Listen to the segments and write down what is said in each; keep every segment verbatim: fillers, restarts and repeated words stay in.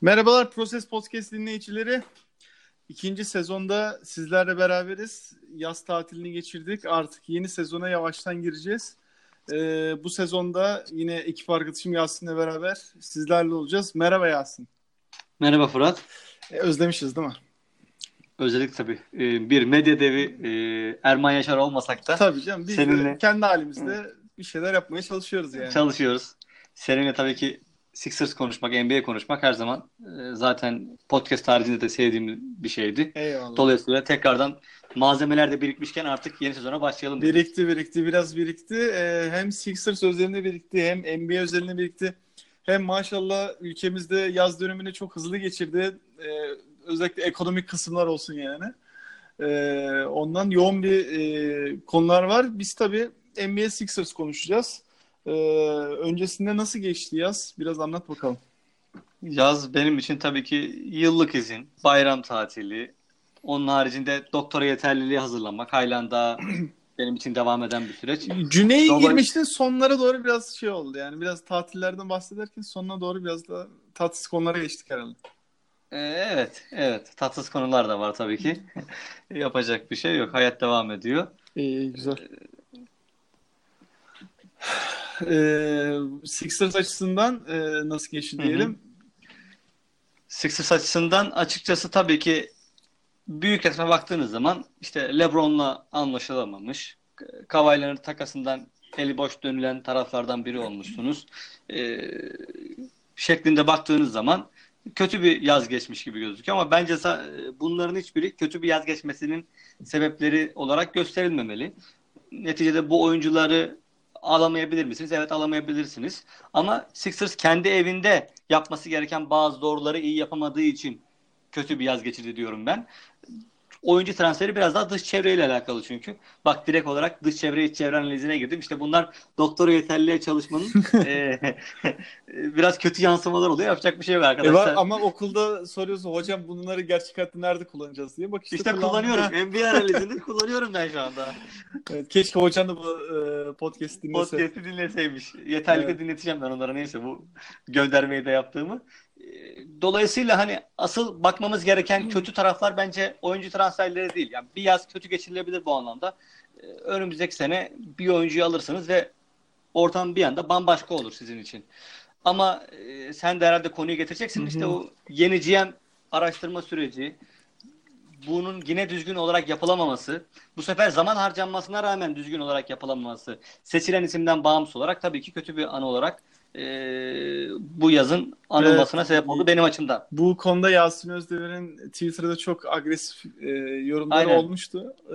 Merhabalar Proses Podcast dinleyicileri. İkinci sezonda sizlerle beraberiz. Yaz tatilini geçirdik. Artık yeni sezona yavaştan gireceğiz. Ee, bu sezonda yine ekip arkadaşım Yasin'le beraber sizlerle olacağız. Merhaba Yasin. Merhaba Fırat. Ee, özlemişiz değil mi? Özellikle tabii e, bir medya devi e, Erman Yaşar olmasak da Tabii canım. Biz de seninle kendi halimizde bir şeyler yapmaya çalışıyoruz yani. çalışıyoruz. Seninle tabii ki Sixers konuşmak, N B A konuşmak her zaman e, zaten podcast haricinde de sevdiğim bir şeydi. Eyvallah. Dolayısıyla tekrardan malzemeler de birikmişken artık yeni sezona başlayalım dedik. Birikti birikti biraz birikti. Ee, hem Sixers özelinde birikti hem N B A özelinde birikti. Hem maşallah ülkemizde yaz dönemini çok hızlı geçirdi. Ee, özellikle ekonomik kısımlar olsun yani. Ee, ondan yoğun bir e, konular var. Biz tabii N B A Sixers konuşacağız. Ee, öncesinde nasıl geçti yaz? Biraz anlat bakalım. Yaz benim için tabii ki yıllık izin, bayram tatili, onun haricinde doktora yeterliliği hazırlamak halen daha benim için devam eden bir süreç. Cüneyt'e Dolayı- girmiştin, sonlara doğru biraz şey oldu yani. Biraz tatillerden bahsederken sonuna doğru biraz da tatsız konulara geçtik herhalde. Ee, Evet, evet. Tatsız konular da var tabii ki. Yapacak bir şey yok. Hayat devam ediyor. İyi, güzel. Ee, Sixers açısından e, nasıl geçti Hı hı. diyelim. Sixers açısından açıkçası tabii ki büyük resme baktığınız zaman işte LeBron'la anlaşılamamış. Kawhi'lerin takasından eli boş dönülen taraflardan biri olmuşsunuz. Ee, şeklinde baktığınız zaman kötü bir yaz geçmiş gibi gözüküyor ama bence sa- bunların hiçbiri kötü bir yaz geçmesinin sebepleri olarak gösterilmemeli. Neticede bu oyuncuları alamayabilir misiniz? Evet, alamayabilirsiniz. Ama Sixers kendi evinde yapması gereken bazı doğruları iyi yapamadığı için kötü bir yaz geçirdi diyorum ben. Oyuncu transferi biraz daha dış çevreyle alakalı çünkü. Bak, direkt olarak dış çevre iç çevre analizine girdim. İşte bunlar doktora yeterliliğe çalışmanın e, biraz kötü yansımalar oluyor. Yapacak bir şey yok E var, arkadaşlar. ama okulda soruyorsun hocam bunları gerçek hayatta nerede kullanacağız diye. Bak işte, İşte kullandım. kullanıyorum. Ha. N B A analizini kullanıyorum ben şu anda. Evet, keşke hocan da bu e, podcast dinlese. Podcast'i dinleseymiş. Yeterlikle Evet. dinleteceğim ben onlara, neyse bu göndermeyi de yaptığımı. Ee, Dolayısıyla hani asıl bakmamız gereken kötü taraflar bence oyuncu transferleri değil. Yani bir yaz kötü geçirilebilir bu anlamda. Ee, Önümüzdeki sene bir oyuncuyu alırsınız ve ortam bir anda bambaşka olur sizin için. Ama e, sen de herhalde konuyu getireceksin. Hı İşte hı. o yeni G M araştırma süreci, bunun yine düzgün olarak yapılamaması, bu sefer zaman harcanmasına rağmen düzgün olarak yapılamaması, seçilen isimden bağımsız olarak tabii ki kötü bir anı olarak e, bu yazın anılmasına Evet. sebep oldu benim açımdan. Bu konuda Yasin Özdemir'in Twitter'da çok agresif e, yorumları Aynen. olmuştu. E,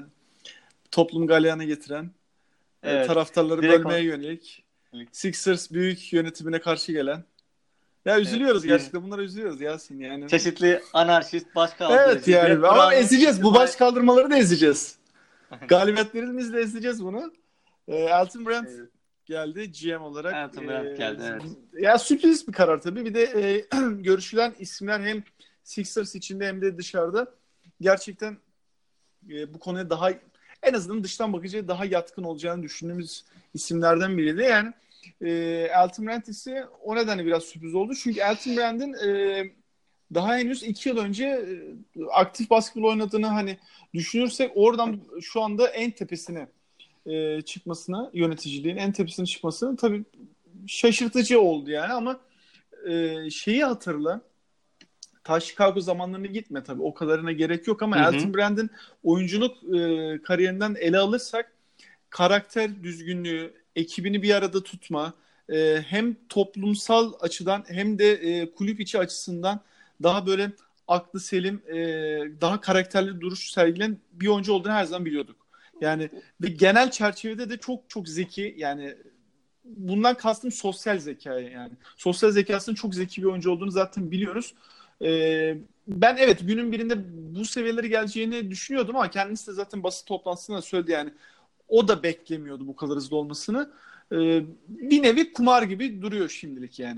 toplum galeyana getiren, e, Evet. taraftarları Direkt bölmeye o- yönelik, Sixers büyük yönetimine karşı gelen. Ya Evet, üzülüyoruz bir gerçekten, bunlara üzülüyoruz Yasin yani. çeşitli anarşist, baş Evet kaldırıcı, yani ama background'u ezeceğiz. Bu istismar- baş kaldırmaları da ezeceğiz. Galibiyetlerimizle ezeceğiz bunu. E, Elton Brand Evet. geldi G M olarak. Elton Brand E, geldi, evet. Ya sürpriz bir karar tabii. Bir de e, görüşülen isimler hem Sixers içinde hem de dışarıda gerçekten e, bu konuya daha, en azından dıştan bakınca daha yatkın olacağını düşündüğümüz isimlerden biriydi. Yani e, Elton Brand ise o nedenle biraz sürpriz oldu. Çünkü Elton Brand'in e, daha henüz iki yıl önce e, aktif basketbol oynadığını hani düşünürsek oradan şu anda en tepesine e, çıkmasına, yöneticiliğin en tepesine çıkmasını tabii şaşırtıcı oldu yani. Ama e, şeyi hatırla, ta Chicago zamanlarına gitme tabii, o kadarına gerek yok ama Hı hı. Elton Brand'in oyunculuk e, kariyerinden ele alırsak karakter düzgünlüğü, ekibini bir arada tutma, e, hem toplumsal açıdan hem de e, kulüp içi açısından daha böyle aklı selim, e, daha karakterli duruş sergileyen bir oyuncu olduğunu her zaman biliyorduk. Yani ve genel çerçevede de çok çok zeki, yani bundan kastım sosyal zeka yani. Sosyal zekasının çok zeki bir oyuncu olduğunu zaten biliyoruz. Ee, ben evet günün birinde bu seviyelere geleceğini düşünüyordum ama kendisi de zaten basın toplantısında söyledi yani. O da beklemiyordu bu kadar hızlı olmasını. Ee, bir nevi kumar gibi duruyor şimdilik yani.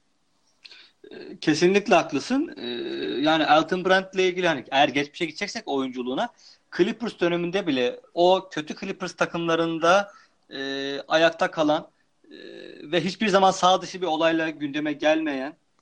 Kesinlikle haklısın. Ee, yani Elton Brand'le ilgili hani eğer geçmişe gideceksek oyunculuğuna, Clippers döneminde bile o kötü Clippers takımlarında e, ayakta kalan e, ve hiçbir zaman sağ dışı bir olayla gündeme gelmeyen,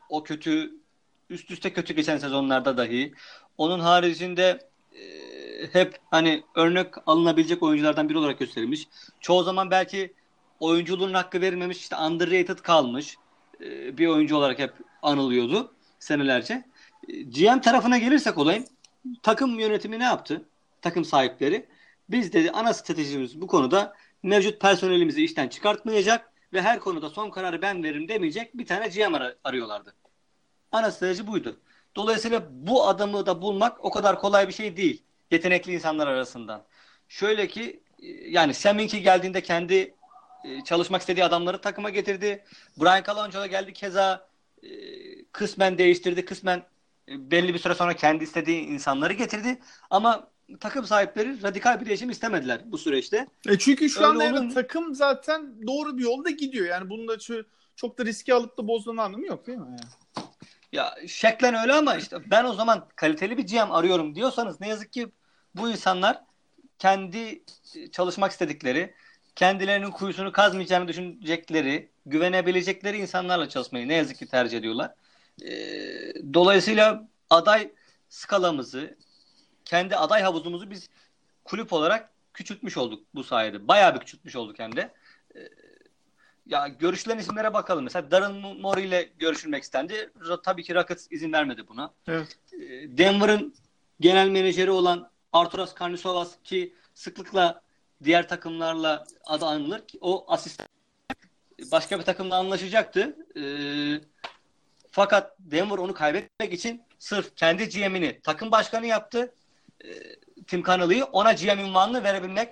O kötü, üst üste kötü geçen sezonlarda dahi. Onun haricinde e, hep hani örnek alınabilecek oyunculardan biri olarak gösterilmiş. Çoğu zaman belki oyunculuğun hakkı verilmemiş, işte underrated kalmış e, bir oyuncu olarak hep anılıyordu senelerce. E, G M tarafına gelirsek olayın, takım yönetimi ne yaptı? Takım sahipleri. Biz dedi ana stratejimiz bu konuda mevcut personelimizi işten çıkartmayacak ve her konuda son kararı ben veririm demeyecek bir tane G M ar- arıyorlardı. Ana strateji buydu. Dolayısıyla bu adamı da bulmak o kadar kolay bir şey değil. Yetenekli insanlar arasından. Şöyle ki e, yani Sam Hinkie geldiğinde kendi e, çalışmak istediği adamları takıma getirdi. Brian Colangelo geldi keza e, kısmen değiştirdi. Kısmen e, belli bir süre sonra kendi istediği insanları getirdi. Ama takım sahipleri radikal bir değişim istemediler bu süreçte. E çünkü şu Öyle anda evet, olun takım zaten doğru bir yolda gidiyor. Yani bunun da çö- çok da riske alıp da bozduğunun anlamı yok değil mi? Yani. ya şeklen öyle ama işte ben o zaman kaliteli bir G M arıyorum diyorsanız ne yazık ki bu insanlar kendi çalışmak istedikleri, kendilerinin kuyusunu kazmayacağını düşünecekleri, güvenebilecekleri insanlarla çalışmayı ne yazık ki tercih ediyorlar. Ee, dolayısıyla aday skalamızı, kendi aday havuzumuzu biz kulüp olarak küçültmüş olduk bu sayede. Bayağı bir küçültmüş olduk hem de. Ee, ya görüşülen isimlere bakalım. Mesela Darren Morey ile görüşülmek istendi. Tabii ki Rockets izin vermedi buna. Evet. Denver'ın genel menajeri olan Arturas Karnisovas ki sıklıkla diğer takımlarla adı anılır. O asistan başka bir takımla anlaşacaktı. Ee, fakat Denver onu kaybetmek için sırf kendi G M'ini takım başkanı yaptı. Ee, Tim Connelly'i ona G M unvanını verebilmek,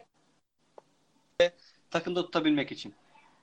takımda tutabilmek için.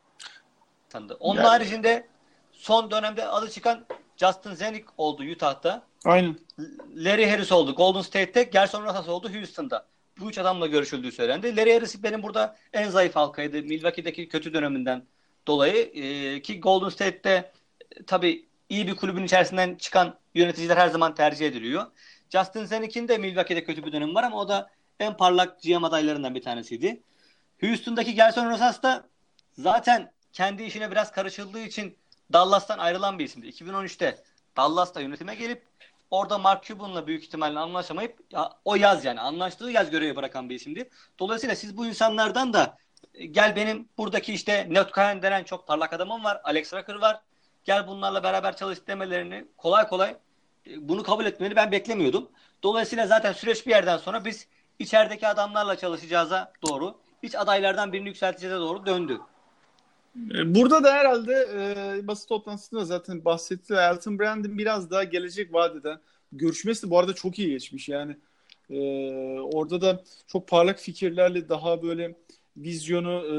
Onun Yani, haricinde son dönemde adı çıkan Justin Zanik oldu Utah'ta. aynen. Larry Harris oldu Golden State'te. Gerson Rosas oldu Houston'da. Bu üç adamla görüşüldüğü söylendi. Larry Harris benim burada en zayıf halkaydı. Milwaukee'deki kötü döneminden dolayı. Ee, ki Golden State'te e, tabii iyi bir kulübün içerisinden çıkan yöneticiler her zaman tercih ediliyor. Justin Zanik'in de Milwaukee'de kötü bir dönemi var ama o da en parlak G M adaylarından bir tanesiydi. Houston'daki Gerson Rosas da zaten kendi işine biraz karışıldığı için Dallas'tan ayrılan bir isimdi. iki bin on üçte Dallas'ta yönetime gelip orada Mark Cuban'la büyük ihtimalle anlaşamayıp ya, o yaz yani anlaştığı yaz görevi bırakan bir isimdi. Dolayısıyla siz bu insanlardan da e, gel benim buradaki işte Nate Cohen denen çok parlak adamım var. Alex Rucker var. Gel bunlarla beraber çalış demelerini kolay kolay e, bunu kabul etmeni ben beklemiyordum. Dolayısıyla zaten süreç bir yerden sonra biz içerideki adamlarla çalışacağıza doğru, iç adaylardan birini yükselteceğize doğru döndü. Burada da herhalde e, basın toplantısında zaten bahsetti. Elton Brand'in biraz daha gelecek vadeden görüşmesi de bu arada çok iyi geçmiş. Yani e, orada da çok parlak fikirlerle daha böyle vizyonu e,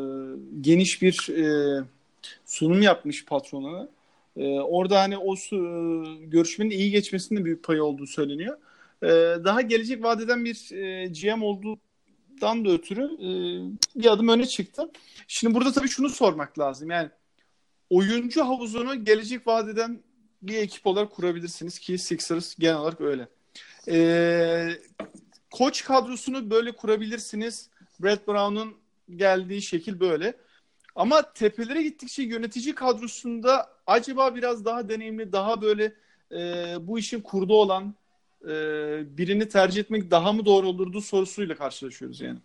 geniş bir e, sunum yapmış patrona. E, orada hani o su, e, görüşmenin iyi geçmesinin de büyük payı olduğu söyleniyor. E, daha gelecek vadeden bir e, G M olduğu dan da ötürü e, bir adım öne çıktı. Şimdi burada tabii şunu sormak lazım. Yani oyuncu havuzunu gelecek vadeden bir ekip olarak kurabilirsiniz ki Sixers genel olarak öyle. E, koç kadrosunu böyle kurabilirsiniz. Brett Brown'un geldiği şekil böyle. Ama tepelere gittikçe yönetici kadrosunda acaba biraz daha deneyimli, daha böyle e, bu işin kurdu olan e, birini tercih etmek daha mı doğru olurdu sorusuyla karşılaşıyoruz yani.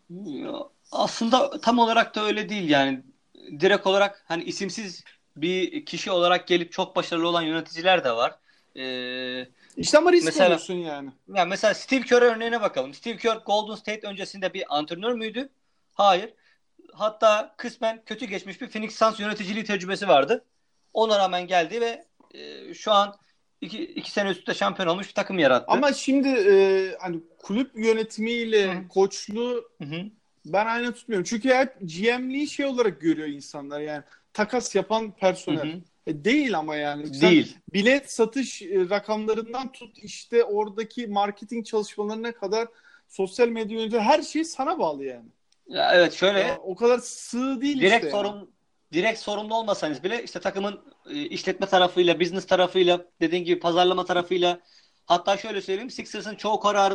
Aslında tam olarak da öyle değil yani. Direkt olarak hani isimsiz bir kişi olarak gelip çok başarılı olan yöneticiler de var. Ee, İşte ama risk mesela, alıyorsun yani. yani. Mesela Steve Kerr örneğine bakalım. Steve Kerr Golden State öncesinde bir antrenör müydü? Hayır. Hatta kısmen kötü geçmiş bir Phoenix Suns yöneticiliği tecrübesi vardı. Ona rağmen geldi ve e, şu an iki, iki sene üstte şampiyon olmuş bir takım yarattı. Ama şimdi e, hani kulüp yönetimiyle Hı-hı. koçluğu Hı-hı. ben aynı tutmuyorum. Çünkü hep G M'liği şey olarak görüyor insanlar yani. Takas yapan personel. E, değil ama yani. Sen Değil. bilet satış e, rakamlarından tut işte oradaki marketing çalışmalarına kadar sosyal medya yönetimi her şey sana bağlı yani. Ya evet şöyle ya, o kadar sığ değil direkt işte. sorun Yani. direkt sorumlu olmasanız bile işte takımın e, işletme tarafıyla, business tarafıyla, dediğin gibi pazarlama tarafıyla, hatta şöyle söyleyeyim Sixers'ın çoğu kararında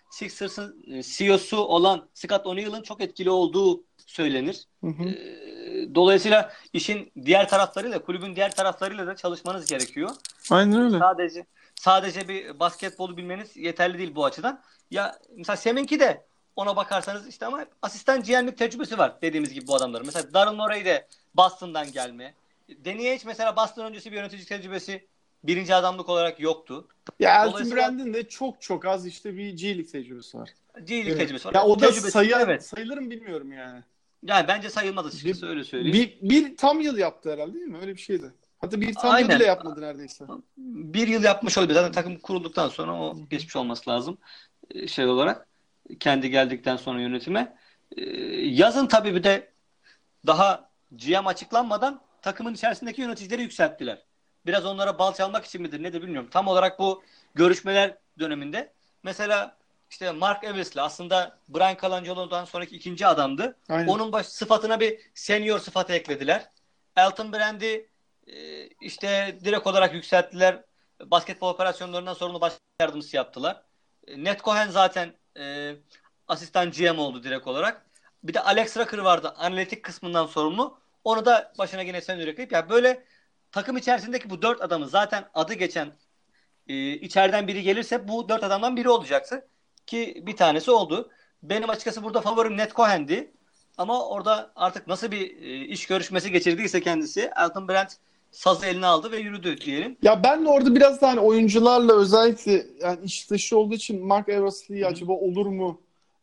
Sixers'ın e, C E O'su olan Scott O'Neill'ın çok etkili olduğu söylenir. Hı hı. E, dolayısıyla işin diğer taraflarıyla, kulübün diğer taraflarıyla da çalışmanız gerekiyor. Aynen öyle. Sadece sadece bir basketbolu bilmeniz yeterli değil bu açıdan. Ya mesela Seminki de ona bakarsanız işte ama asistan G M'lik tecrübesi var dediğimiz gibi bu adamların. Mesela Darren Morey de Boston'dan gelme. Danny Ainge mesela Boston öncesi bir yönetici tecrübesi birinci adamlık olarak yoktu. Ya Elton Dolayısıyla Brand'in de çok çok az işte bir G League tecrübesi var. G League Evet. tecrübesi var. Ya o da Tecrübesi sayı, evet. sayılır mı bilmiyorum yani. Yani bence sayılmaz açıkçası Bir, öyle söyleyeyim. bir, bir tam yıl yaptı herhalde değil mi? Öyle bir şeydi. Hatta bir tam yıl bile Aynen. yapmadı neredeyse. Bir yıl yapmış olabilir. Zaten takım kurulduktan sonra o geçmiş olması lazım. Ee, Şey olarak. Kendi geldikten sonra yönetime. Ee, Yazın tabii bir de daha G M açıklanmadan takımın içerisindeki yöneticileri yükselttiler. Biraz onlara bal çalmak için midir nedir bilmiyorum. Tam olarak bu görüşmeler döneminde mesela işte Mark Eversley aslında Brian Colangelo sonraki ikinci adamdı. Aynen. Onun baş sıfatına bir senior sıfatı eklediler. Elton Brand'i e, işte direkt olarak yükselttiler. Basketbol operasyonlarından sorumlu baş yardımcısı yaptılar. E, Ned Cohen zaten e, asistan G M oldu direkt olarak. Bir de Alex Rucker vardı analitik kısmından sorumlu. Onu da başına yine senior ekleyip yani böyle takım içerisindeki bu dört adamı zaten adı geçen e, içeriden biri gelirse bu dört adamdan biri olacaktı. Ki bir tanesi oldu. Benim açıkçası burada favorim Ned Cohen'di. Ama orada artık nasıl bir e, iş görüşmesi geçirdiyse kendisi Elton Brand sazı eline aldı ve yürüdü diyelim. Ya ben de orada biraz da hani oyuncularla özellikle yani iş dışı olduğu için Mark Eversley acaba olur mu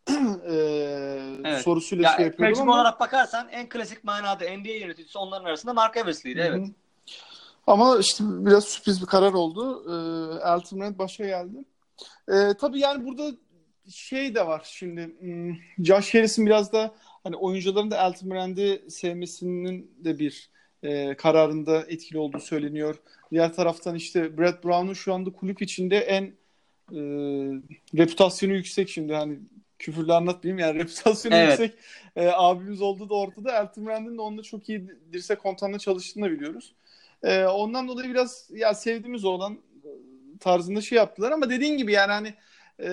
eee Evet. sorusuyla Ya şey yapıyordum tecrübe ama olarak bakarsan en klasik manada N B A yöneticisi onların arasında Mark Eversley'di. hı hı. Evet. Ama işte biraz sürpriz bir karar oldu. Eee Elton Brand başa geldi. Eee tabii yani burada şey de var şimdi. hmm, Josh Harris'in biraz da hani oyuncuların da Elton Brand'i sevmesinin de bir eee, kararında etkili olduğu söyleniyor. Diğer taraftan işte Brett Brown'un şu anda kulüp içinde en e, reputasyonu yüksek şimdi hani küfürle anlatmayayım yani reputasyonu Evet. yüksek e, abimiz olduğu da ortada. Elton Brand'in de onunla çok iyi dirsek kontağında çalıştığını da biliyoruz. E, ondan dolayı biraz ya sevdiğimiz olan tarzında şey yaptılar ama dediğin gibi yani hani e,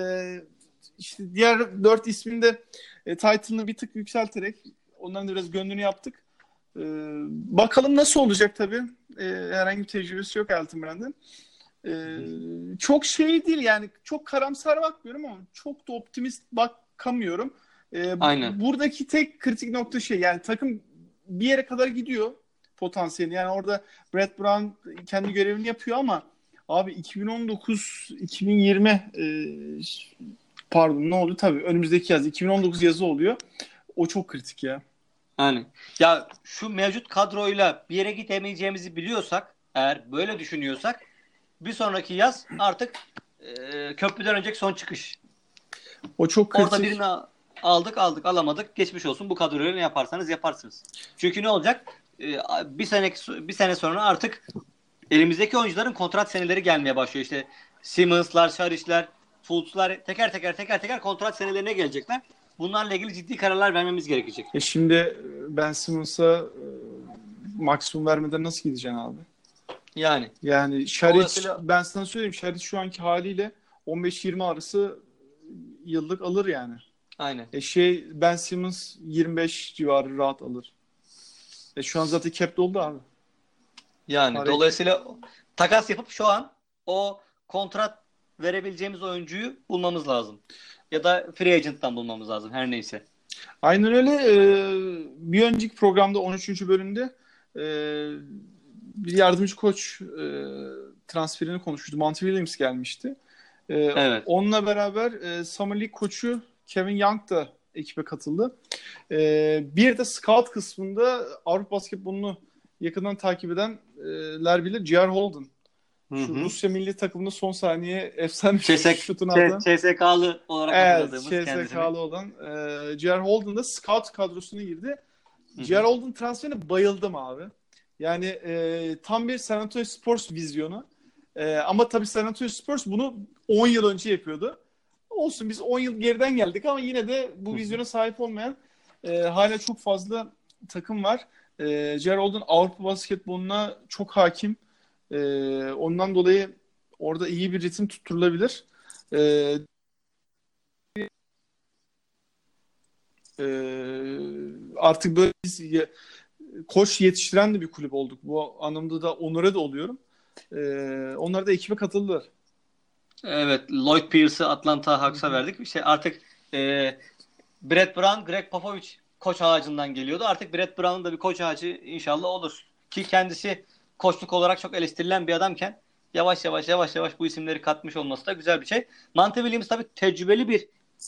işte diğer dört ismin de e, title'ını bir tık yükselterek onların da biraz gönlünü yaptık. E, bakalım nasıl olacak tabii. E, herhangi bir tecrübesi yok Elton Brand'in. Ee, çok şey değil yani çok karamsar bakmıyorum ama çok da optimist bakamıyorum. Ee, Aynen. buradaki tek kritik nokta şey yani takım bir yere kadar gidiyor potansiyeli. Yani orada Brett Brown kendi görevini yapıyor ama abi iki bin on dokuz iki bin yirmi e, pardon ne oldu tabii önümüzdeki yaz iki bin on dokuz yazı oluyor. O çok kritik ya. Yani ya şu mevcut kadroyla bir yere gidemeyeceğimizi biliyorsak eğer böyle düşünüyorsak bir sonraki yaz artık e, köprüden önceki son çıkış. O çok Orada kritik. birini aldık aldık alamadık geçmiş olsun bu kadroyla ne yaparsanız yaparsınız. Çünkü ne olacak? E, bir sene bir sene sonra artık elimizdeki oyuncuların kontrat seneleri gelmeye başlıyor. İşte Simmons'lar, Sharish'ler, Fultz'lar teker teker teker teker kontrat senelerine gelecekler. Bunlarla ilgili ciddi kararlar vermemiz gerekecek. E şimdi Ben Simmons'a e, maksimum vermeden nasıl gideceksin abi? Yani. Yani Şaric, Dolayısıyla ben sana söyleyeyim Şaric şu anki haliyle on beş yirmi arası yıllık alır yani. aynen. E şey Ben Simmons yirmi beş civarı rahat alır. E şu an zaten cap doldu abi. Yani Parayı dolayısıyla takas yapıp şu an o kontrat verebileceğimiz oyuncuyu bulmamız lazım. Ya da free agent'tan bulmamız lazım her neyse. aynen öyle. Ee, bir önceki programda on üçüncü bölümde e, bir yardımcı koç e, transferini konuşmuştu. Monty Williams gelmişti. E, Evet. onunla beraber e, Summer League koçu Kevin Young da ekibe katıldı. E, bir de scout kısmında Avrupa basketbolunu yakından takip edenler bilir. J R. Holden. Hı Şu hı. Rusya milli takımında son saniye efsane CSK, şutunu atan. C S K'lı olarak Evet, hatırladığımız kendisini. C S K'lı olan e, J R. Holden da scout kadrosuna girdi. Hı J R. hı. Holden transferine bayıldım abi. Yani e, tam bir San Antonio Spurs vizyonu. E, ama tabii San Antonio Spurs bunu on yıl önce yapıyordu. Olsun biz on yıl geriden geldik ama yine de bu Hı hı. vizyona sahip olmayan e, hala çok fazla takım var. E, J R. Holden Avrupa basketboluna çok hakim. E, ondan dolayı orada iyi bir ritim tutturulabilir. E, E, artık böyle biz ye- koç yetiştiren de bir kulüp olduk. Bu anlamda da onura da oluyorum. E, onlar da ekibe katıldılar. Evet, Lloyd Pierce'ı Atlanta Hı Hawks'a hı. verdik. İşte artık e, Brett Brown, Greg Popovich koç ağacından geliyordu. Artık Brett Brown'un da bir koç ağacı inşallah olur. Ki kendisi koçluk olarak çok eleştirilen bir adamken yavaş yavaş yavaş yavaş bu isimleri katmış olması da güzel bir şey. Monty Williams tabii tecrübeli bir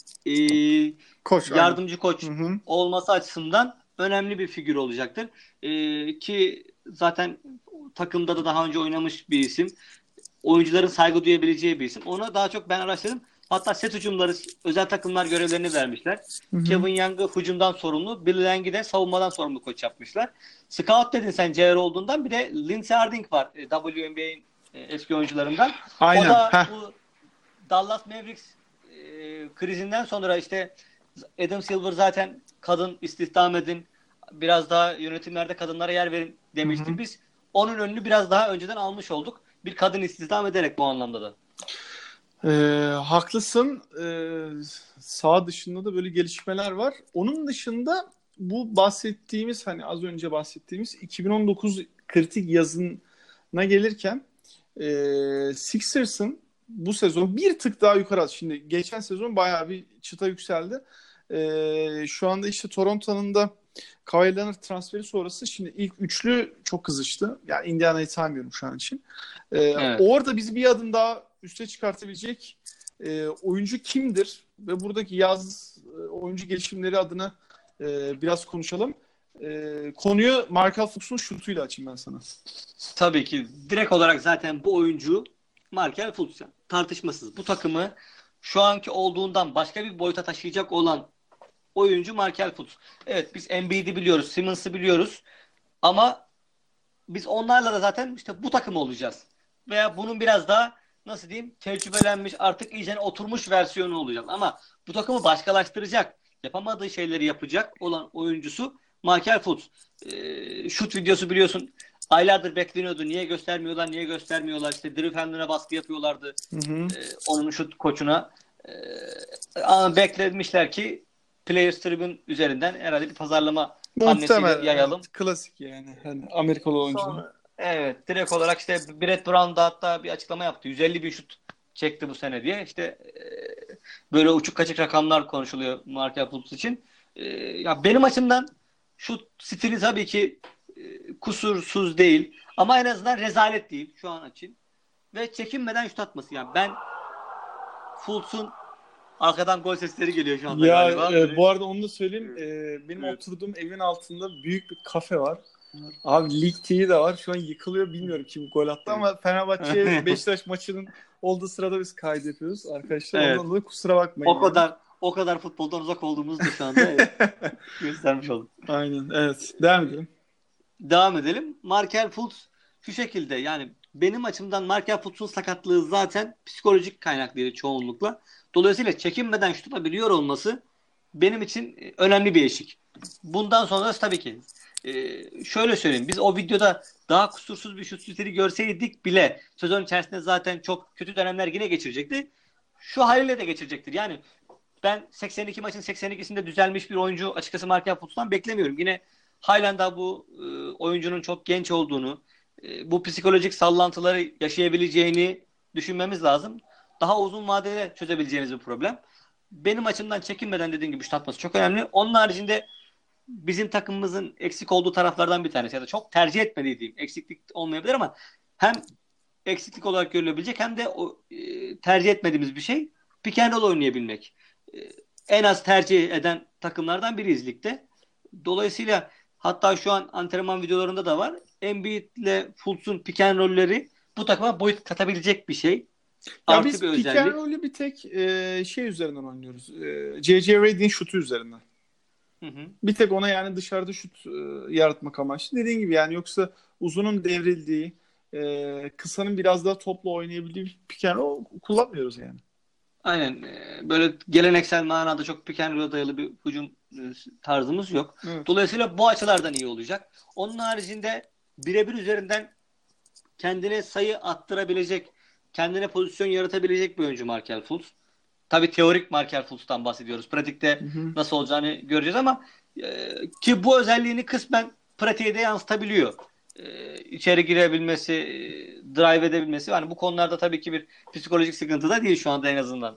e, Koç aynen. yardımcı Hı koç hı. olması açısından önemli bir figür olacaktır. E, ki zaten takımda da daha önce oynamış bir isim. Oyuncuların saygı duyabileceği bir isim. Ona daha çok ben araştırdım. Hatta set hücumları, özel takımlar görevlerini vermişler. Hı hı. Kevin Young'ı hücumdan sorumlu, Billy Lang'i de savunmadan sorumlu koç yapmışlar. Scout dedin sen C R olduğundan, bir de Lindsey Harding var, e, W N B A'in e, eski oyuncularından. O Aynen. da Heh. bu Dallas Mavericks e, krizinden sonra işte Adam Silver zaten kadın istihdam edin, biraz daha yönetimlerde kadınlara yer verin Hı demişti. hı. Biz onun önünü biraz daha önceden almış olduk. Bir kadın istihdam ederek bu anlamda da. Ee, haklısın. Ee, sağ dışında da böyle gelişmeler var. Onun dışında bu bahsettiğimiz hani az önce bahsettiğimiz iki bin on dokuz kritik yazına gelirken e, Sixers'ın bu sezon bir tık daha yukarı attı. Şimdi geçen sezon bayağı bir çıta yükseldi. Ee, şu anda işte Toronto'nun da Kawhi Leonard transferi sonrası şimdi ilk üçlü çok kızıştı. Yani Indiana'yı saymıyorum şu an için. Ee, Evet. orada bizi bir adım daha üste çıkartabilecek e, oyuncu kimdir? Ve buradaki yaz e, oyuncu gelişimleri adına e, biraz konuşalım. E, konuyu Markel Fultz'un şutuyla açayım ben sana. Tabii ki direkt olarak zaten bu oyuncu Markel Fultz. Yani tartışmasız. Bu takımı şu anki olduğundan başka bir boyuta taşıyacak olan oyuncu Markel Fultz. Evet, biz Embiid'i biliyoruz, Simmons'ı biliyoruz ama biz onlarla da zaten işte bu takım olacağız. Veya bunun biraz daha nasıl diyeyim tecrübelenmiş, artık iyice oturmuş versiyonu olacak. Ama bu takımı başkalaştıracak, yapamadığı şeyleri yapacak olan oyuncusu Markel Fultz. Ee, şut videosu biliyorsun aylardır bekleniyordu. Niye göstermiyorlar, niye göstermiyorlar? İşte Drew Hamlin'e baskı yapıyorlardı. Hı hı. Ee, onun şut koçuna. Ee, ama beklemişler ki Players Tribune üzerinden herhalde bir pazarlama hamlesiyle Muhtemelen yayalım. evet. Klasik yani. Hani Amerikalı oyuncular. Sonra evet, direkt olarak işte Brett Brown da hatta bir açıklama yaptı. yüz elli bin şut çekti bu sene diye. İşte e, böyle uçuk kaçık rakamlar konuşuluyor Markel Fultz için. E, ya benim açımdan şut stili tabii ki e, kusursuz değil ama en azından rezalet değil şu an için. Ve çekinmeden şut atması, yani ben Fultz'un arkadan gol sesleri geliyor şu anda Ya galiba. e, Böyle bu arada onu da söyleyeyim. E, benim evet. oturduğum evin altında büyük bir kafe var. Abi Lig T V de var. Şu an yıkılıyor. Bilmiyorum kim gol attı ama Fenerbahçe Beşiktaş maçının olduğu sırada biz kaydediyoruz arkadaşlar. Evet. Ondan dolayı kusura bakmayın O yani. kadar o kadar futboldan uzak olduğumuzu da şu anda evet, göstermiş olduk. Aynen evet. Devam edelim. Devam edelim. Markel Fultz şu şekilde, yani benim açımdan Markel Fultz'un sakatlığı zaten psikolojik kaynaklıydı çoğunlukla. Dolayısıyla çekinmeden şut atabiliyor olması benim için e, önemli bir eşik. Bundan sonrası tabii ki e, şöyle söyleyeyim. Biz o videoda daha kusursuz bir şut stili görseydik bile sezon içerisinde zaten çok kötü dönemler yine geçirecekti. Şu haliyle de geçirecektir. Yani ben seksen iki maçın seksen ikisinde düzelmiş bir oyuncu açıkçası Markel Fultz'tan beklemiyorum. Yine halen daha bu e, oyuncunun çok genç olduğunu, e, bu psikolojik sallantıları yaşayabileceğini düşünmemiz lazım. Daha uzun vadede çözebileceğimiz bir problem. Benim açımdan çekinmeden dediğim gibi şut atması çok önemli. Onun haricinde bizim takımımızın eksik olduğu taraflardan bir tanesi ya da çok tercih etmediği diyeyim. Eksiklik olmayabilir ama hem eksiklik olarak görülebilecek hem de o, e, tercih etmediğimiz bir şey pick and roll oynayabilmek. E, en az tercih eden takımlardan biriyiz ligde. Dolayısıyla hatta şu an antrenman videolarında da var. Embiid ile Fultz'un pick and roll'leri bu takıma boyut katabilecek bir şey. Ya Artı bir biz pick and özellik. roll'ü bir tek e, şey üzerinden oynuyoruz. E, C C Redick'in şutu üzerinden. Hı hı. Bir tek ona yani dışarıda şut e, yaratmak amaçlı. Dediğin gibi yani yoksa uzunun devrildiği, e, kısanın biraz daha topla oynayabildiği bir pick and roll kullanmıyoruz yani. Aynen. e, Böyle geleneksel manada çok pick and roll'a dayalı bir hücum e, tarzımız yok. Evet. Dolayısıyla bu açılardan iyi olacak. Onun haricinde birebir üzerinden kendine sayı attırabilecek, kendine pozisyon yaratabilecek bir oyuncu Markel Fultz. tabii teorik Markel Fultz'tan bahsediyoruz. Pratikte Hı hı. nasıl olacağını göreceğiz ama e, ki bu özelliğini kısmen pratiğe de yansıtabiliyor. E, içeri girebilmesi, e, drive edebilmesi. Yani bu konularda tabii ki bir psikolojik sıkıntı da değil şu anda en azından.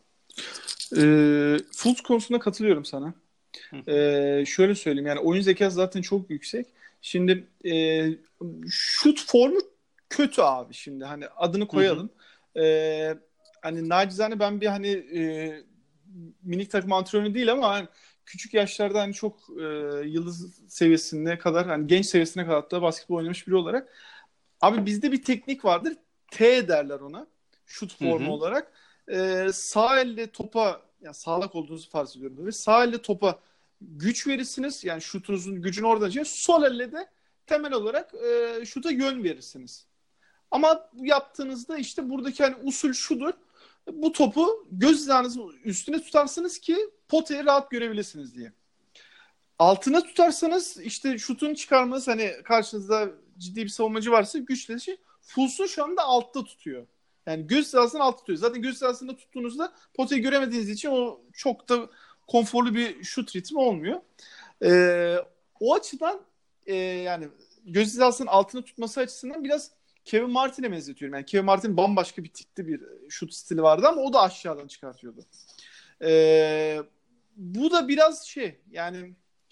Ee, Fultz konusunda katılıyorum sana. Hı hı. Ee, şöyle söyleyeyim, yani oyun zekası zaten çok yüksek. Şimdi e, şut formu kötü abi, şimdi hani adını Hı hı. koyalım. Ee, Hani nacizane ben bir hani e, minik takım antrenörü değil ama hani küçük yaşlarda hani çok e, yıldız seviyesine kadar, hani genç seviyesine kadar da basketbol oynamış biri olarak, abi bizde bir teknik vardır. T derler ona. Şut Hı formu hı. olarak. Ee, sağ elle topa, yani sağlak olduğunuzu farz ediyorum tabii. Sağ elle topa güç verirsiniz. Yani şutunuzun gücünü oradan çekin. Sol elle de temel olarak e, şuta yön verirsiniz. Ama bu yaptığınızda işte buradaki hani usul şudur. Bu topu göz hizanızın üstüne tutarsınız ki potayı rahat görebilirsiniz diye. Altına tutarsanız işte şutun çıkarmanız, hani karşınızda ciddi bir savunmacı varsa güçleşir. Fulsun şu anda altta tutuyor. Yani göz hizasını altta tutuyor. Zaten göz hizasında tuttuğunuzda potayı göremediğiniz için o çok da konforlu bir şut ritmi olmuyor. Ee, O açıdan e, yani göz hizasının altına tutması açısından biraz Kevin Martin'e benzetiyorum. Yani Kevin Martin bambaşka bir tipte bir şut stili vardı ama o da aşağıdan çıkartıyordu. Ee, Bu da biraz şey, yani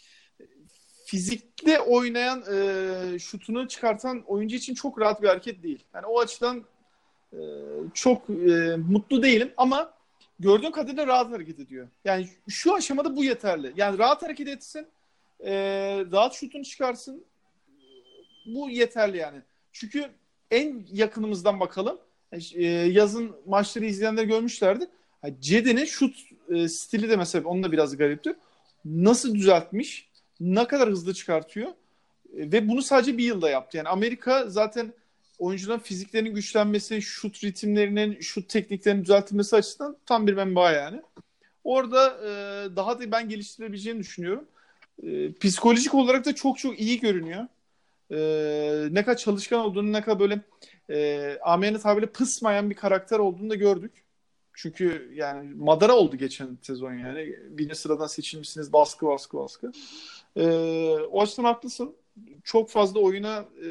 fizikle oynayan, e, şutunu çıkartan oyuncu için çok rahat bir hareket değil. Yani o açıdan e, çok e, mutlu değilim ama gördüğüm kadarıyla rahat hareket ediyor. Yani şu aşamada bu yeterli. Yani rahat hareket etsin, e, rahat şutunu çıkarsın. Bu yeterli yani. Çünkü en yakınımızdan bakalım. E, yazın maçları izleyenler görmüşlerdi. Cedi'nin şut e, stili de mesela onun da biraz gariptir. Nasıl düzeltmiş? Ne kadar hızlı çıkartıyor? E, ve bunu sadece bir yılda yaptı. Yani Amerika zaten oyuncuların fiziklerinin güçlenmesi, şut ritimlerinin, şut tekniklerinin düzeltilmesi açısından tam bir menba yani. Orada e, daha da ben geliştirebileceğini düşünüyorum. E, psikolojik olarak da çok çok iyi görünüyor. E, Ne kadar çalışkan olduğunu, ne kadar böyle e, amiyane tabirle pısmayan bir karakter olduğunu da gördük. Çünkü yani madara oldu geçen sezon yani. Birinci sıradan seçilmişsiniz, baskı baskı baskı. E, O açıdan haklısın. Çok fazla oyuna e,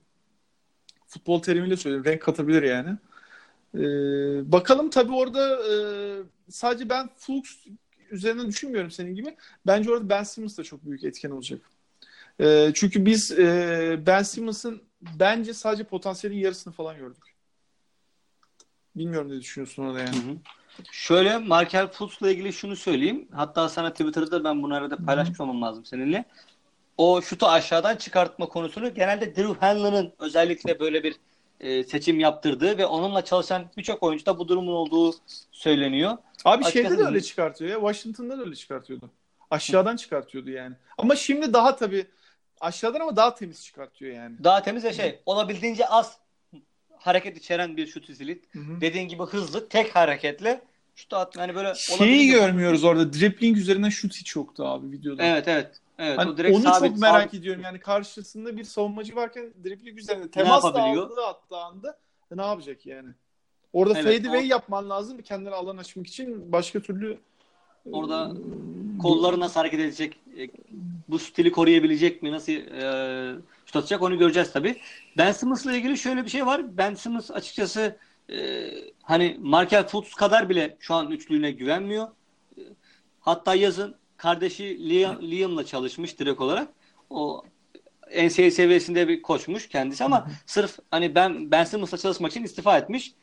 futbol terimiyle söylüyorum, renk katabilir yani. E, Bakalım tabii orada e, sadece ben Fultz üzerinden düşünmüyorum senin gibi. Bence orada Ben Simmons da çok büyük etken olacak. E, çünkü biz e, Ben Simmons'ın bence sadece potansiyelin yarısını falan gördük. Bilmiyorum ne düşünüyorsun orada Hı yani. hı. Şöyle Markel Fultz'la ilgili şunu söyleyeyim. Hatta sana Twitter'da ben bunu arada Hı hı. paylaşmış olmam lazım seninle. O şutu aşağıdan çıkartma konusunu genelde Drew Hanlen'ın özellikle böyle bir e, seçim yaptırdığı ve onunla çalışan birçok oyuncuda bu durumun olduğu söyleniyor. Abi şeyde de Açıkçası öyle çıkartıyor ya. Washington'da da öyle çıkartıyordu. Aşağıdan çıkartıyordu yani. Ama şimdi daha tabii aşağıdan ama daha temiz çıkartıyor yani. daha temiz ve şey olabildiğince az hareket içeren bir şut stili. Hı hı. Dediğin gibi hızlı tek hareketle şut atma. Yani böyle Şeyi olabildiğince görmüyoruz orada. Dribbling üzerinden şut hiç yoktu abi videoda. evet evet. Evet Hani o direkt onu çok sabit merak sabit ediyorum. Yani karşısında bir savunmacı varken dribbling üzerinde ne temas da yapabiliyor? aldığı attığı anda e, ne yapacak yani? Orada Evet fade away o yapman lazım kendine alan açmak için. Başka türlü e, orada bu, kolları nasıl hareket edecek? E, bu stili koruyabilecek mi? Nasıl e, şut atacak? Onu göreceğiz tabii. Ben Simmons'la ilgili şöyle bir şey var. Ben Simmons açıkçası e, hani Markel Fultz kadar bile şu an üçlüğüne güvenmiyor. E, hatta yazın kardeşi Liam, Liam'la çalışmış direkt olarak. O N C A A seviyesinde bir koçmuş kendisi ama sırf hani ben Ben Simmons'la çalışmak için istifa etmiş.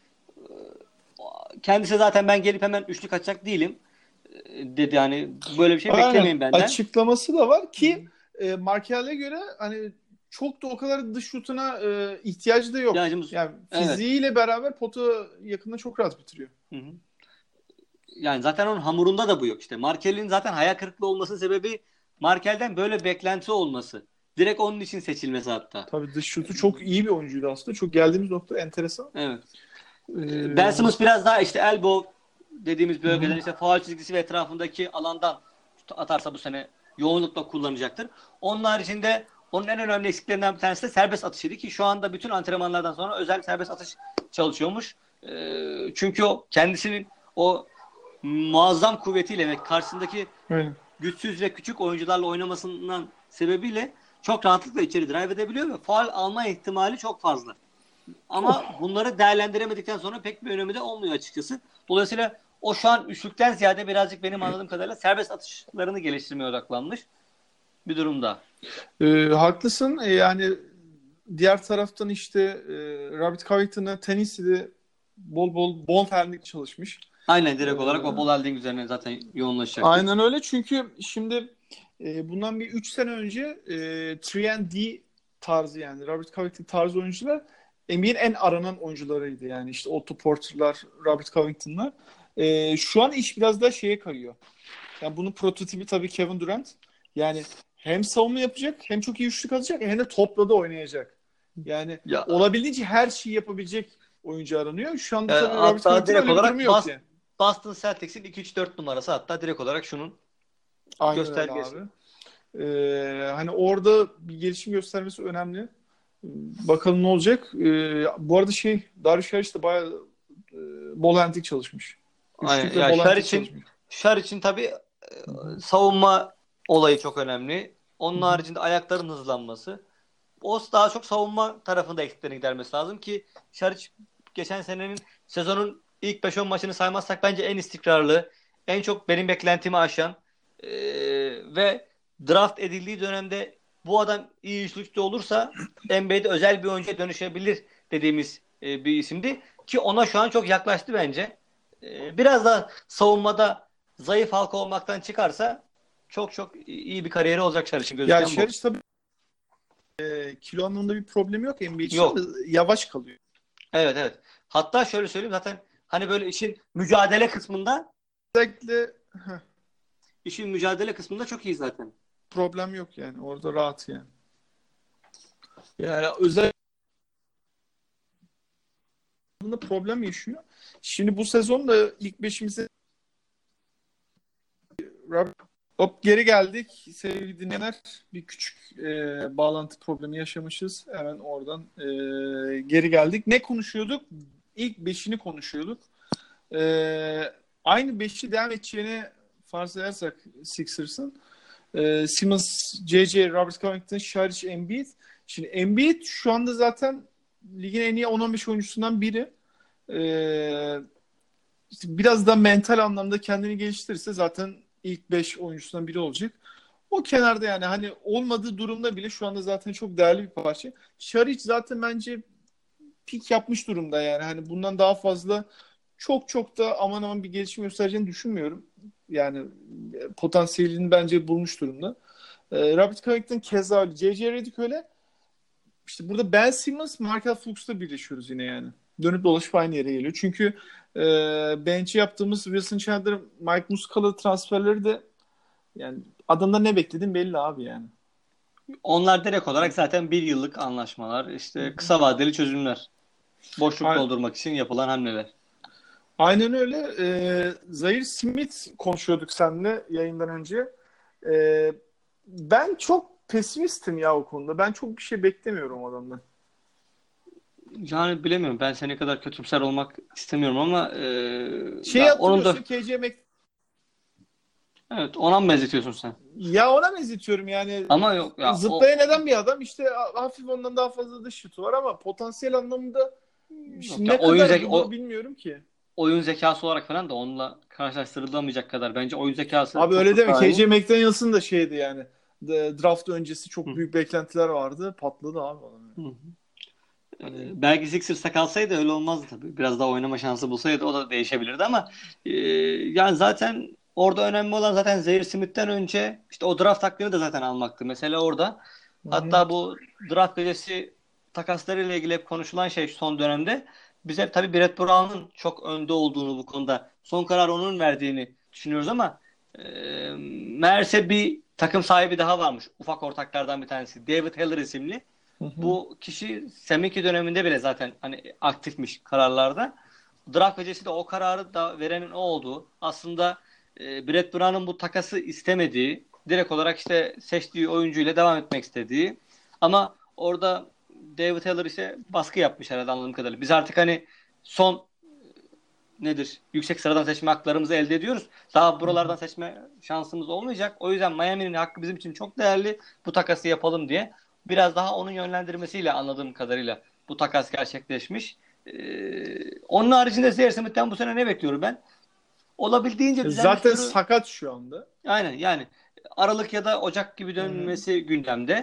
Kendisi zaten ben gelip hemen üçlük atacak değilim dedi, hani böyle bir şey aynen beklemeyin benden. açıklaması da var ki e, Markel'e göre hani çok da o kadar dış şutuna e, ihtiyacı da yok. İhtiyacımız Yani evet. fiziğiyle beraber potu yakında çok rahat bitiriyor. Hı hı. Yani zaten onun hamurunda da bu yok işte. Markel'in zaten hayal kırıklığı olmasının sebebi Markel'den böyle beklenti olması. Direkt onun için seçilmesi hatta. Tabii dış şutu çok iyi bir oyuncuydu aslında. Çok geldiğimiz nokta enteresan. Evet. Ben Ee, Simmons biraz daha işte elbow dediğimiz hı hı. bölgeden işte faul çizgisi ve etrafındaki alandan atarsa bu sene yoğunlukla kullanacaktır. Onun haricinde onun en önemli eksiklerinden bir tanesi de serbest atışıydı ki şu anda bütün antrenmanlardan sonra özel serbest atış çalışıyormuş. Ee, çünkü o kendisinin o muazzam kuvvetiyle ve karşısındaki Aynen. güçsüz ve küçük oyuncularla oynamasından sebebiyle çok rahatlıkla içeri drive edebiliyor ve faul alma ihtimali çok fazla. Ama bunları değerlendiremedikten sonra pek bir önemi de olmuyor açıkçası. Dolayısıyla o şu an üçlükten ziyade birazcık benim anladığım kadarıyla serbest atışlarını geliştirmeye odaklanmış bir durumda. Ee, haklısın. Ee, yani diğer taraftan işte e, Robert Covington'a Tennessee'de bol bol bol terlik çalışmış. Aynen direkt olarak Ee, o ball handling üzerine zaten yoğunlaşacaktır. Aynen öyle çünkü şimdi e, bundan bir üç sene önce e, üç and D tarzı yani Robert Covington tarzı oyuncular N B A'in en aranan oyuncularıydı. Yani işte Otto Porter'lar, Robert Covington'lar. E, şu an iş biraz daha şeye kayıyor. Yani bunun prototipi tabii Kevin Durant. Yani hem savunma yapacak, hem çok iyi üçlük atacak, hem de topla da oynayacak. Yani Ya, olabildiğince her şeyi yapabilecek oyuncu aranıyor. Şu anda ya tabii Robert hatta Covington direkt öyle bir durumu olarak yok Bas- yani. Boston Celtics'in iki üç dört numarası hatta direkt olarak şunun Aynen öyle göstergesi. abi. Ee, hani orada bir gelişim göstermesi önemli. Bakalım ne olacak. Ee, bu arada şey Darius Harris de bayağı e, ball handling çalışmış. Aynen. Üçlük ve Ya ball Şar handling için çalışmış. Şar için tabii e, Hı hı. savunma olayı çok önemli. Hı Onun hı. haricinde ayakların hızlanması. O daha çok savunma tarafında eksiklerini gidermesi lazım ki Şaric geçen senenin sezonun ilk beş on maçını saymazsak bence en istikrarlı, en çok benim beklentimi aşan e, ve draft edildiği dönemde bu adam iyi üçlükçü olursa N B A'de özel bir oyuncuya dönüşebilir dediğimiz e, bir isimdi ki ona şu an çok yaklaştı bence. E, biraz da savunmada zayıf halka olmaktan çıkarsa çok çok iyi bir kariyeri olacak Şaric'in Ya gözüken bu. Şeriş tabii e, kilo anlamında bir problemi yok N B A için ama Yok. yavaş kalıyor. Evet evet. Hatta şöyle söyleyeyim zaten hani böyle işin mücadele kısmında Özellikle heh, işin mücadele kısmında çok iyi zaten. problem yok yani. Orada rahat yani. Yani özellikle problem yaşıyor. Şimdi bu sezon da ilk beşimize hop geri geldik sevgili dinleyenler. Bir küçük e, bağlantı problemi yaşamışız. Hemen oradan e, geri geldik. Ne konuşuyorduk? İlk beşini konuşuyorduk. E, aynı beşi devam edeceğini farz edersek Sixers'ın e, Simmons, J J, Robert Covington, Şaric, Embiid. Şimdi Embiid şu anda zaten ligin en iyi on on beş oyuncusundan biri. E, işte biraz da mental anlamda kendini geliştirirse zaten ilk beş oyuncusundan biri olacak. O kenarda yani hani olmadığı durumda bile şu anda zaten çok değerli bir parça. Şaric zaten bence pik yapmış durumda yani. Hani bundan daha fazla çok çok da aman aman bir gelişim göstereceğini düşünmüyorum. Yani e, potansiyelini bence bulmuş durumda. E, Robert Covington keza öyle. J J Redick öyle. İşte burada Ben Simmons, Markel Fultz'la birleşiyoruz yine yani. Dönüp dolaşıp aynı yere geliyor. Çünkü e, bench'i yaptığımız Wilson Chandler, Mike Muscala transferleri de yani adamda ne beklediğin belli abi yani. Onlar direkt olarak zaten bir yıllık anlaşmalar, işte kısa vadeli çözümler. Boşluk A- doldurmak için yapılan hamleler. Aynen öyle. E, Zaire Smith konuşuyorduk seninle yayından önce. E, ben çok pesimistim ya o konuda. Ben çok bir şey beklemiyorum adamdan. Yani bilemiyorum. Ben seni kadar kötümser olmak istemiyorum ama e, Şey ya onun da hatırlıyorsun K J Mc... evet ona mı benzetiyorsun sen? Ya ona benzetiyorum yani. Ama yok ya o Zıplayan eden bir adam. İşte hafif ondan daha fazla dış şutu var ama potansiyel anlamında yok işte ya ne oyun kadar zek bulur o bilmiyorum ki. oyun zekası olarak falan da onunla karşılaştırılamayacak kadar bence oyun zekası Abi çok öyle çok deme. daha K iyi. J McDaniels'ın da şeydi yani. The draft öncesi Hı çok büyük beklentiler vardı. Patladı abi adam. hı. Hani Ee, belki Sixers'ta kalsaydı öyle olmazdı tabii. Biraz daha oynama şansı bulsaydı o da değişebilirdi ama e, yani zaten orada önemli olan zaten Zaire Smith'ten önce işte o draft hakkını da zaten almaktı. Mesela orada hı hı. hatta bu draft gecesi takaslarıyla ilgili hep konuşulan şey son dönemde biz hep tabii Brett Brown'un çok önde olduğunu bu konuda son karar onun verdiğini düşünüyoruz ama e, meğerse bir takım sahibi daha varmış. Ufak ortaklardan bir tanesi. David Heller isimli. Hı hı. Bu kişi Semiki döneminde bile zaten hani aktifmiş kararlarda. Draft gecesi de o kararı da verenin o olduğu. Aslında e, Brett Brown'un bu takası istemediği, direkt olarak işte seçtiği oyuncuyla devam etmek istediği. Ama orada David Heller ise baskı yapmış herhalde anladığım kadarıyla. Biz artık hani son nedir? Yüksek sıradan seçme haklarımızı elde ediyoruz. Daha buralardan seçme şansımız olmayacak. O yüzden Miami'nin hakkı bizim için çok değerli. Bu takası yapalım diye. Biraz daha onun yönlendirmesiyle anladığım kadarıyla bu takas gerçekleşmiş. Ee, onun haricinde Zaire Smith'ten bu sene ne bekliyorum ben? Olabildiğince düzenli Zaten sürü... sakat şu anda. Aynen yani Aralık ya da Ocak gibi dönmesi Hı-hı. gündemde.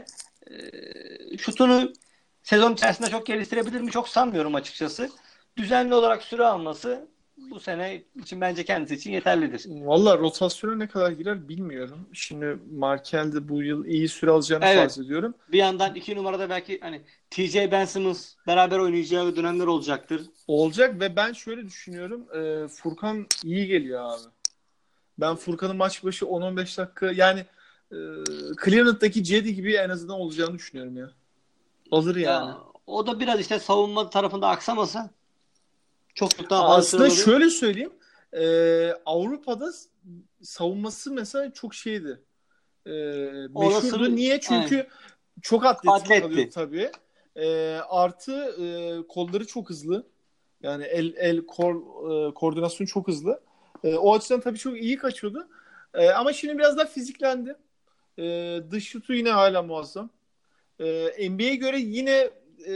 Ee, şutunu sezon içerisinde çok geliştirebilir mi? Çok sanmıyorum açıkçası. Düzenli olarak süre alması bu sene için bence kendisi için yeterlidir. Valla rotasyona ne kadar girer bilmiyorum. Şimdi Markel de bu yıl iyi süre alacağını evet. farz ediyorum. Bir yandan iki numarada belki hani T J Ben Simmons beraber oynayacağı dönemler olacaktır. Olacak ve ben şöyle düşünüyorum. E, Furkan iyi geliyor abi. Ben Furkan'ın maç başı on on beş dakika yani e, Cleveland'daki Cedi gibi en azından olacağını düşünüyorum ya. Alır yani. Ya, o da biraz işte savunma tarafında aksamasa çok çok daha fazla aslında şöyle söyleyeyim. E, Avrupa'da savunması mesela çok şeydi. E, meşhurdu. Bir... Niye? Çünkü aynen. Çok atletik kalıyor tabii. E, artı e, kolları çok hızlı. Yani el el kor, e, koordinasyonu çok hızlı. E, o açıdan tabii çok iyi kaçıyordu. E, ama şimdi biraz daha fiziklendi. E, dış şutu yine hala muazzam. E, N B A'ye göre yine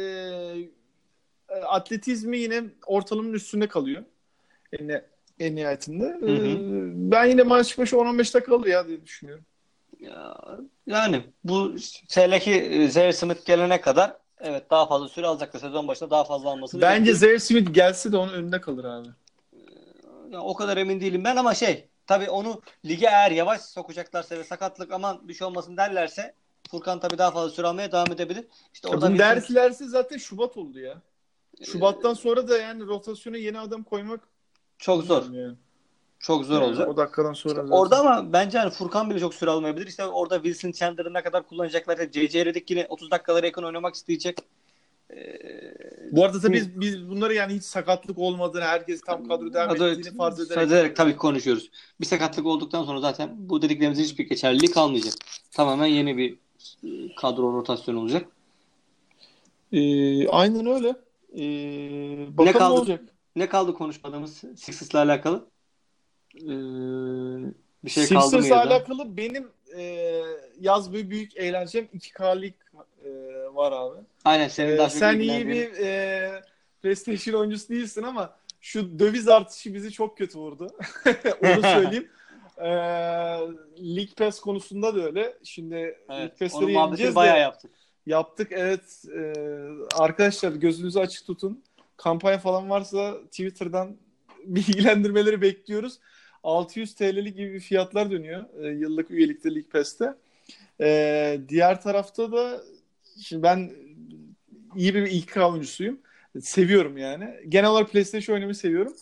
e, atletizmi yine ortalamanın üstünde kalıyor. En, en nihayetinde. Hı hı. E, ben yine maç başı on on beş dakika alır ya diye düşünüyorum. Ya, yani bu seydeki Zaire Smith gelene kadar evet daha fazla süre alacaktır. Sezon başında daha fazla almasını bence bekliyorum. Zaire Smith gelse de onun önünde kalır abi. Ya, o kadar emin değilim ben ama şey tabii onu lige eğer yavaş sokacaklarsa ve sakatlık aman bir şey olmasın derlerse Furkan tabii daha fazla süre almaya devam edebilir. İşte orada bunu Wilson... derlerse zaten Şubat oldu ya. Şubattan sonra da yani rotasyona yeni adam koymak çok zor. Yani. Çok zor yani olacak. O dakikadan sonra işte orada ama bence hani Furkan bile çok süre almayabilir. İşte orada Wilson Chandler'ı ne kadar kullanacaklar. C C Redick yine otuz dakikalara yakın oynamak isteyecek. Ee, Bu arada tabii biz, biz bunları yani hiç sakatlık olmadığını, herkes tam kadro devam adı, ettiğini farz ederek, ederek tabii konuşuyoruz. Bir sakatlık olduktan sonra zaten bu dediklerimizin hiçbir geçerliliği kalmayacak. Tamamen yeni bir kadro rotasyonu olacak. Ee, aynen öyle. Ee, bakalım ne, kaldı, ne olacak? Ne kaldı konuşmadığımız Sixers'la alakalı? Ee, bir şey Sixers'la kaldı mı ya da? alakalı benim e, yaz boyu büyük eğlencem iki K'lik e, var abi. Aynen senin ee, Sen iyi bir e, PlayStation oyuncusu değilsin ama şu döviz artışı bizi çok kötü vurdu. Onu söyleyeyim. Ee, League Pass konusunda da öyle. Şimdi evet, League Pass'leri yeneceğiz de. Bayağı yaptık. Yaptık evet. Ee, arkadaşlar gözünüzü açık tutun. Kampanya falan varsa Twitter'dan bilgilendirmeleri bekliyoruz. altı yüz T L'lik gibi fiyatlar dönüyor e, yıllık üyelikte League Pass'te. E, diğer tarafta da şimdi ben iyi bir ilk oyuncusuyum. Seviyorum yani. Genel olarak PlayStation oynamayı seviyorum.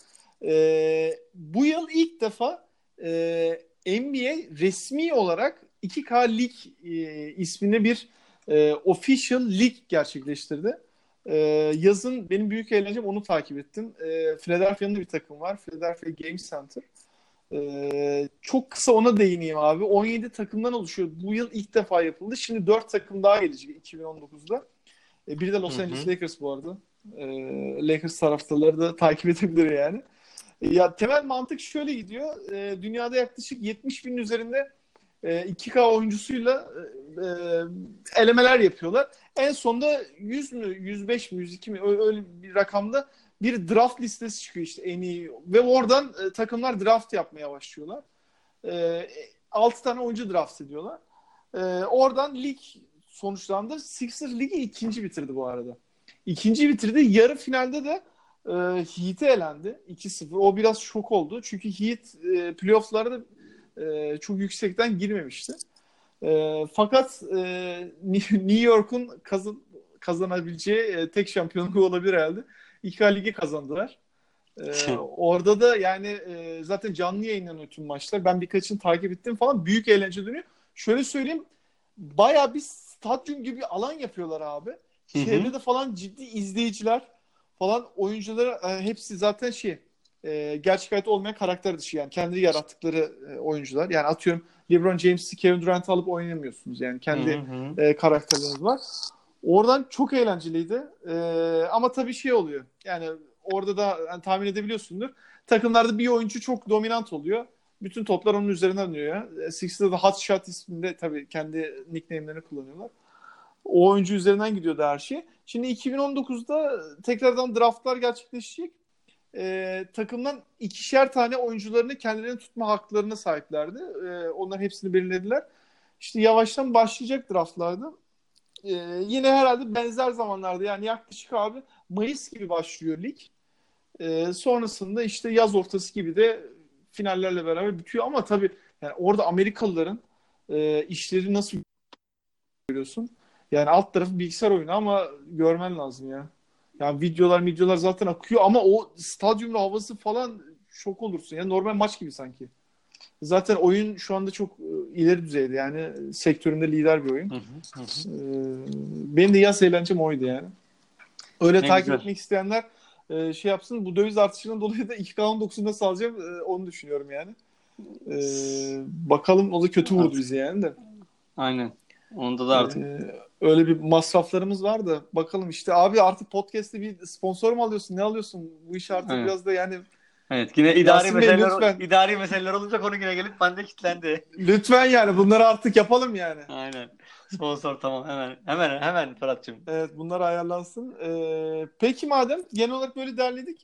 E, bu yıl ilk defa e, N B A resmi olarak iki K Lig e, isminde bir e, official lig gerçekleştirdi. Ee, yazın benim büyük eğlencem onu takip ettim. Ee, Philadelphia'nın da bir takım var. Philadelphia Games Center. Ee, çok kısa ona değineyim abi. on yedi takımdan oluşuyor. Bu yıl ilk defa yapıldı. Şimdi dört takım daha gelecek iki bin on dokuzda. Ee, biri de Los Angeles Lakers bu arada. Ee, Lakers taraftarları da takip edebilir yani. Ee, ya temel mantık şöyle gidiyor. Ee, dünyada yaklaşık yetmiş binin üzerinde e, iki K oyuncusuyla e, elemeler yapıyorlar. En sonunda yüz mü, yüz beş mi, yüz iki mi öyle bir rakamda bir draft listesi çıkıyor işte en iyi. Ve oradan e, takımlar draft yapmaya başlıyorlar. E, altı tane oyuncu draft ediyorlar. E, oradan lig sonuçlandı. Sixers ligi ikinci bitirdi bu arada. İkinci bitirdi. Yarı finalde de e, Heat'e elendi. iki sıfır. O biraz şok oldu. Çünkü Heat e, playoff'larda e, çok yüksekten girmemişti. E, fakat e, New York'un kazan, kazanabileceği e, tek şampiyonluğu olabilir herhalde. İki K Ligi kazandılar. E, orada da yani e, zaten canlı yayınlanıyor tüm maçlar. Ben birkaçını takip ettim falan. Büyük eğlence dönüyor. Şöyle söyleyeyim. Bayağı bir stadyum gibi bir alan yapıyorlar abi. Hı hı. Çevrede falan ciddi izleyiciler falan oyuncuları e, hepsi zaten şey e, gerçek hayatta olmayan karakter dışı yani kendi yarattıkları e, oyuncular. Yani atıyorum LeBron James'i Kevin Durant'ı alıp oynamıyorsunuz. Yani kendi hı hı. E, karakterleriniz var. Oradan çok eğlenceliydi. E, ama tabii şey oluyor. Yani orada da yani tahmin edebiliyorsundur. Takımlarda bir oyuncu çok dominant oluyor. Bütün toplar onun üzerinden dönüyor ya. Sixers'da da Hot Shot isminde tabii kendi nickname'lerini kullanıyorlar. O oyuncu üzerinden gidiyordu her şey. Şimdi iki bin on dokuzda tekrardan draftlar gerçekleşecek. Ee, takımdan ikişer tane oyuncularını kendilerini tutma haklarına sahiplerdi. Ee, onların hepsini belirlediler. İşte yavaştan başlayacak draftlarda. Ee, yine herhalde benzer zamanlarda yani yaklaşık abi Mayıs gibi başlıyor lig. Ee, sonrasında işte yaz ortası gibi de finallerle beraber bitiyor. Ama tabii yani orada Amerikalıların e, işleri nasıl görüyorsun? Yani alt tarafı bilgisayar oyunu ama görmen lazım ya. Yani videolar videolar zaten akıyor ama o stadyumun havası falan şok olursun. Yani normal maç gibi sanki. Zaten oyun şu anda çok e, ileri düzeyde yani sektöründe lider bir oyun. Hı hı, hı. Ee, benim de yaz eğlencem oydu yani. Öyle Ne takip güzel. etmek isteyenler e, şey yapsın. Bu döviz artışından dolayı da iki K on dokuzunda salacağım. E, onu düşünüyorum yani. E, bakalım o da kötü vurdu bizi yani de. Aynen. Onda da artık. Ee, öyle bir masraflarımız var da bakalım işte abi artık podcast'te bir sponsor mu alıyorsun ne alıyorsun bu iş artık Aynen. biraz da yani Evet, yine idari Yasin Bey meseleler lütfen idari meseleler olunca konu yine gelip bende kilitlendi. lütfen yani bunları artık yapalım yani. Aynen. Sponsor tamam hemen. Hemen hemen Fırat'cığım. Evet bunlar ayarlansın. Ee, peki madem genel olarak böyle derledik.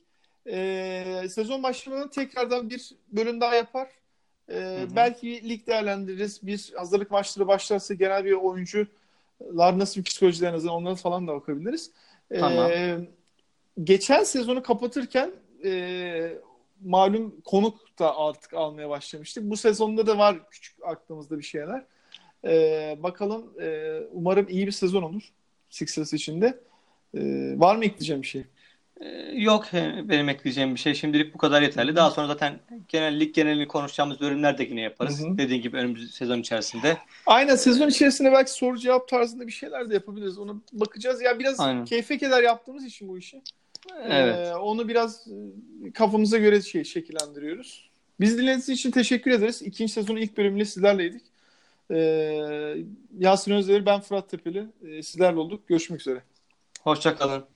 Ee, sezon başlamadan tekrardan bir bölüm daha yapar. Ee, Hı hı. belki bir lig değerlendiririz. Bir hazırlık maçları başlarsa genel bir oyuncular nasıl bir psikolojiler en azından onlara falan da bakabiliriz. Tamam. Ee, geçen sezonu kapatırken e, malum konuk da artık almaya başlamıştık. Bu sezonda da var küçük aklımızda bir şeyler. Ee, bakalım e, umarım iyi bir sezon olur Sixers için de. Ee, var mı ekleyeceğim bir şey? Ee, Yok he- benim ekleyeceğim bir şey. Şimdilik bu kadar Hı yeterli. hı. Daha sonra zaten genel lig genelini konuşacağımız bölümler de yine Hı yaparız. hı. Dediğin gibi önümüzdeki sezon içerisinde. Aynen sezon içerisinde belki soru cevap tarzında bir şeyler de yapabiliriz. Ona bakacağız. Ya biraz Aynen. keyfe keder yaptığımız için bu işi. Ee, Evet. onu biraz e, kafamıza göre şey şekillendiriyoruz. Biz dinlediğiniz için teşekkür ederiz. İkinci sezonun ilk bölümüyle sizlerleydik. Ee, Yasin Özdemir, ben Fırat Tepeli. Ee, sizlerle olduk. Görüşmek üzere. Hoşça kalın.